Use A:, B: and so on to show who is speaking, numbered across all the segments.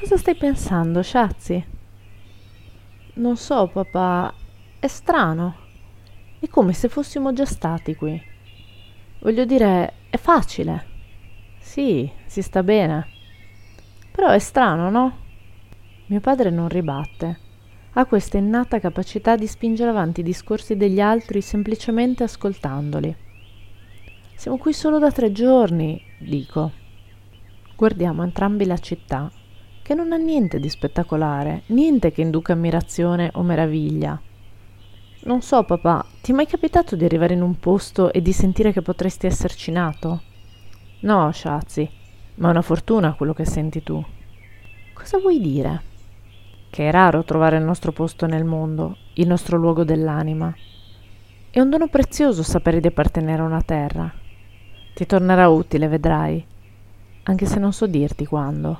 A: Cosa stai pensando, Shazzy? Non so, papà, è strano. È come se fossimo già stati qui. Voglio dire, è facile. Sì, si sta bene. Però è strano, no? Mio padre non ribatte. Ha questa innata capacità di spingere avanti i discorsi degli altri semplicemente ascoltandoli. Siamo qui solo da 3 giorni, dico. Guardiamo entrambi la città, che non ha niente di spettacolare, niente che induca ammirazione o meraviglia. Non so, papà, ti è mai capitato di arrivare in un posto e di sentire che potresti esserci nato? No, Shazzy, ma è una fortuna quello che senti tu. Cosa vuoi dire? Che è raro trovare il nostro posto nel mondo, il nostro luogo dell'anima. È un dono prezioso sapere di appartenere a una terra. Ti tornerà utile, vedrai, anche se non so dirti quando.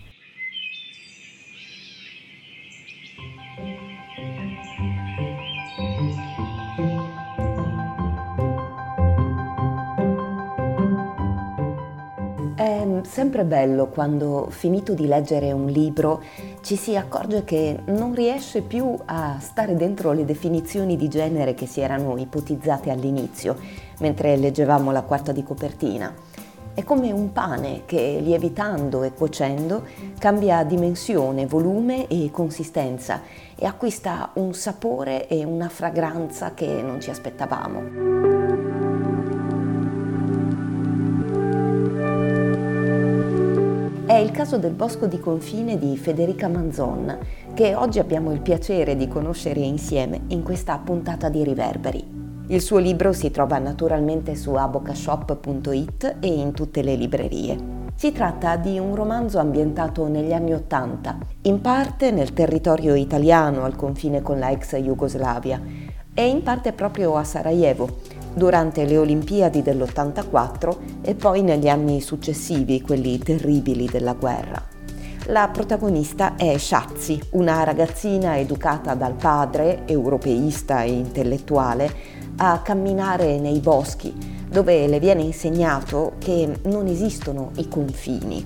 B: È sempre bello quando, finito di leggere un libro, ci si accorge che non riesce più a stare dentro le definizioni di genere che si erano ipotizzate all'inizio, mentre leggevamo la quarta di copertina. È come un pane che, lievitando e cuocendo, cambia dimensione, volume e consistenza e acquista un sapore e una fragranza che non ci aspettavamo. È il caso del Bosco di confine di Federica Manzon, che oggi abbiamo il piacere di conoscere insieme in questa puntata di Riverberi. Il suo libro si trova naturalmente su abocashop.it e in tutte le librerie. Si tratta di un romanzo ambientato negli anni '80, in parte nel territorio italiano al confine con la ex Jugoslavia e in parte proprio a Sarajevo, durante le Olimpiadi dell'84 e poi negli anni successivi, quelli terribili della guerra. La protagonista è Shazzy, una ragazzina educata dal padre, europeista e intellettuale, a camminare nei boschi, dove le viene insegnato che non esistono i confini.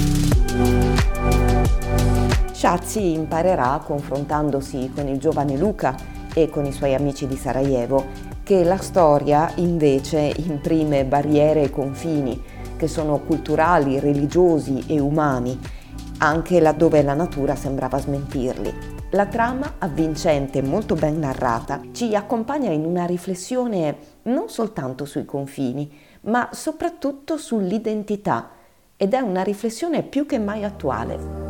B: Shazzy imparerà, confrontandosi con il giovane Luca e con i suoi amici di Sarajevo, che la storia invece imprime barriere e confini che sono culturali, religiosi e umani, anche laddove la natura sembrava smentirli. La trama, avvincente e molto ben narrata, ci accompagna in una riflessione non soltanto sui confini, ma soprattutto sull'identità, ed è una riflessione più che mai attuale.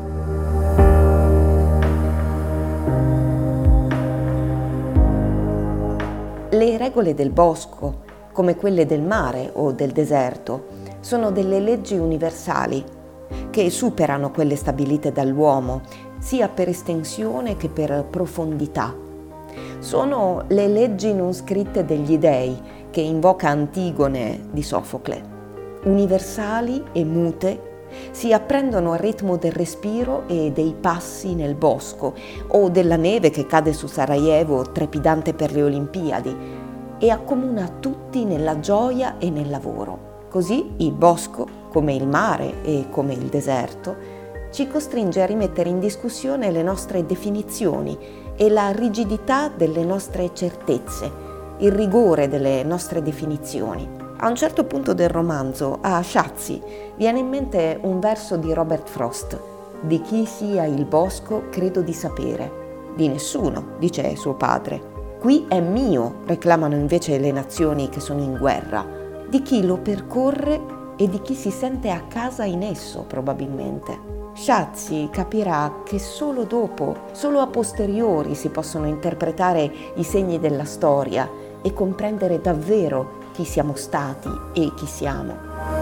B: Le regole del bosco, come quelle del mare o del deserto, sono delle leggi universali che superano quelle stabilite dall'uomo, sia per estensione che per profondità. Sono le leggi non scritte degli dei che invoca Antigone di Sofocle. Universali e mute, si apprendono al ritmo del respiro e dei passi nel bosco o della neve che cade su Sarajevo trepidante per le Olimpiadi e accomuna tutti nella gioia e nel lavoro. Così il bosco, come il mare e come il deserto, ci costringe a rimettere in discussione le nostre definizioni e la rigidità delle nostre certezze, il rigore delle nostre definizioni. A un certo punto del romanzo, a Shazzy viene in mente un verso di Robert Frost: «Di chi sia il bosco credo di sapere». «Di nessuno», dice suo padre. «Qui è mio», reclamano invece le nazioni che sono in guerra. «Di chi lo percorre e di chi si sente a casa in esso, probabilmente». Shazzy capirà che solo dopo, solo a posteriori si possono interpretare i segni della storia e comprendere davvero chi siamo stati e chi siamo.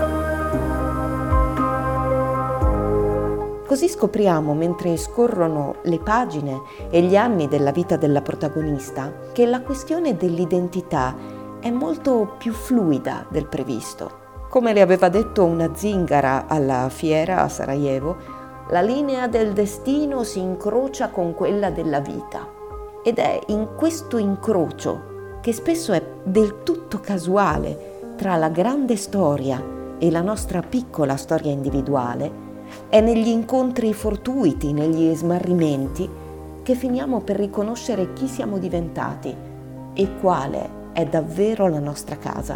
B: Così scopriamo, mentre scorrono le pagine e gli anni della vita della protagonista, che la questione dell'identità è molto più fluida del previsto. Come le aveva detto una zingara alla fiera a Sarajevo, la linea del destino si incrocia con quella della vita. Ed è in questo incrocio, che spesso è del tutto casuale, tra la grande storia e la nostra piccola storia individuale, È negli incontri fortuiti, negli smarrimenti, che finiamo per riconoscere chi siamo diventati e quale è davvero la nostra casa.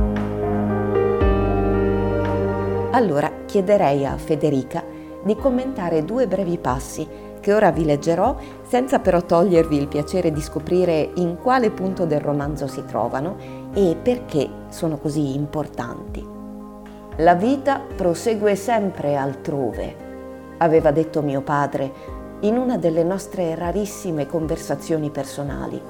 B: Allora chiederei a Federica di commentare 2 brevi passi che ora vi leggerò, senza però togliervi il piacere di scoprire in quale punto del romanzo si trovano e perché sono così importanti. La vita prosegue sempre altrove, aveva detto mio padre in una delle nostre rarissime conversazioni personali.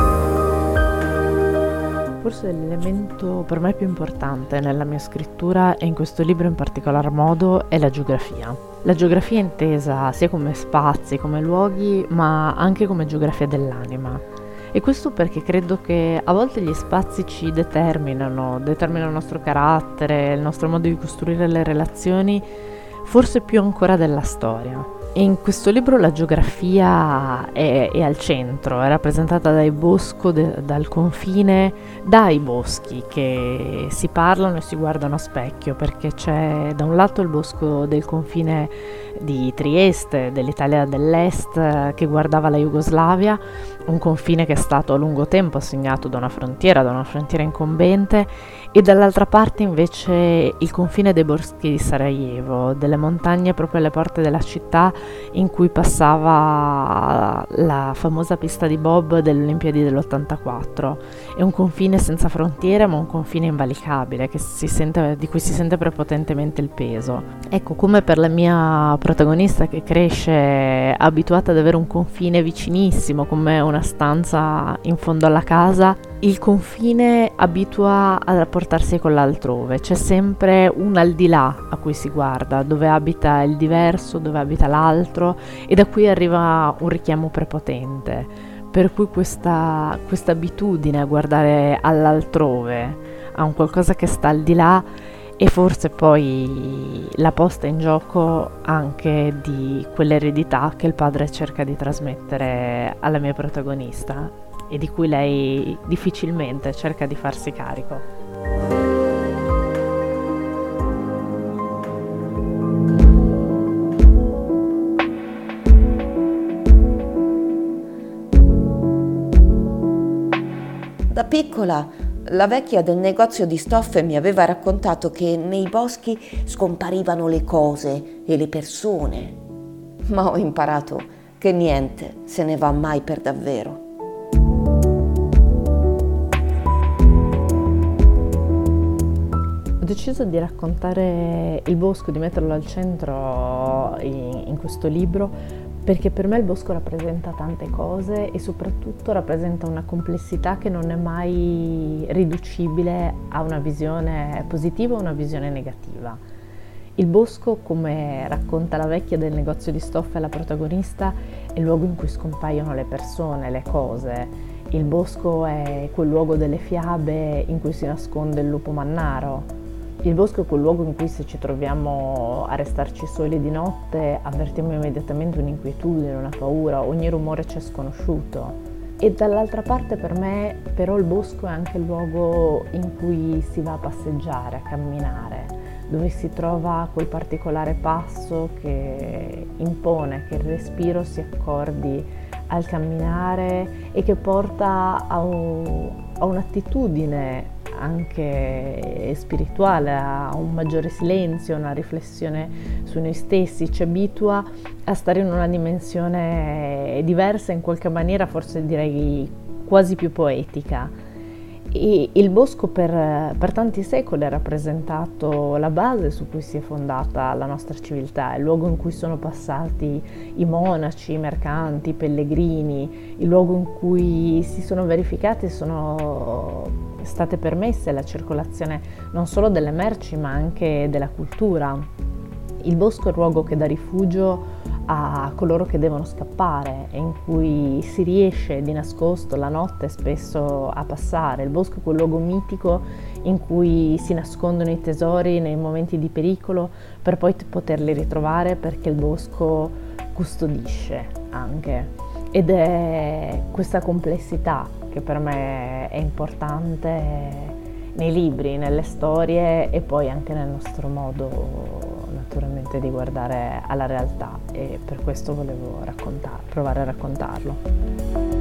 A: Forse l'elemento per me più importante nella mia scrittura e in questo libro in particolar modo è la geografia. La geografia intesa sia come spazi, come luoghi, ma anche come geografia dell'anima. E questo perché credo che a volte gli spazi ci determinano il nostro carattere, il nostro modo di costruire le relazioni, forse più ancora della storia. E in questo libro la geografia è al centro, è rappresentata dai dal confine, dai boschi che si parlano e si guardano a specchio, perché c'è da un lato il bosco del confine di Trieste, dell'Italia dell'Est, che guardava la Jugoslavia, un confine che è stato a lungo tempo segnato da una frontiera incombente, e dall'altra parte invece il confine dei boschi di Sarajevo, delle montagne proprio alle porte della città in cui passava la famosa pista di bob delle Olimpiadi dell'84. È un confine senza frontiere, ma un confine invalicabile di cui si sente prepotentemente il peso. Ecco, come per la mia protagonista che cresce abituata ad avere un confine vicinissimo, come una stanza in fondo alla casa, il confine abitua a rapportarsi con l'altrove, c'è sempre un al di là a cui si guarda, dove abita il diverso, dove abita l'altro, e da cui arriva un richiamo prepotente, per cui questa abitudine a guardare all'altrove, a un qualcosa che sta al di là, e forse poi la posta in gioco anche di quell'eredità che il padre cerca di trasmettere alla mia protagonista e di cui lei difficilmente cerca di farsi carico.
B: Da piccola, la vecchia del negozio di stoffe mi aveva raccontato che nei boschi scomparivano le cose e le persone, ma ho imparato che niente se ne va mai per davvero.
A: Ho deciso di raccontare il bosco, di metterlo al centro in questo libro, perché per me il bosco rappresenta tante cose e soprattutto rappresenta una complessità che non è mai riducibile a una visione positiva o una visione negativa. Il bosco, come racconta la vecchia del negozio di stoffe alla protagonista, è il luogo in cui scompaiono le persone, le cose. Il bosco è quel luogo delle fiabe in cui si nasconde il lupo mannaro. Il bosco è quel luogo in cui, se ci troviamo a restarci soli di notte, avvertiamo immediatamente un'inquietudine, una paura, ogni rumore ci è sconosciuto. E dall'altra parte per me però il bosco è anche il luogo in cui si va a passeggiare, a camminare, dove si trova quel particolare passo che impone che il respiro si accordi al camminare e che porta a un'attitudine anche spirituale, a un maggiore silenzio, una riflessione su noi stessi, ci abitua a stare in una dimensione diversa, in qualche maniera forse direi quasi più poetica. E il bosco per tanti secoli ha rappresentato la base su cui si è fondata la nostra civiltà, il luogo in cui sono passati i monaci, i mercanti, i pellegrini, il luogo in cui si sono verificati e sono state permesse la circolazione non solo delle merci ma anche della cultura. Il bosco è il luogo che dà rifugio a coloro che devono scappare e in cui si riesce di nascosto la notte spesso a passare. Il bosco è quel luogo mitico in cui si nascondono i tesori nei momenti di pericolo per poi poterli ritrovare, perché il bosco custodisce anche. Ed è questa complessità che per me è importante nei libri, nelle storie e poi anche nel nostro modo naturalmente di guardare alla realtà, e per questo volevo provare a raccontarlo.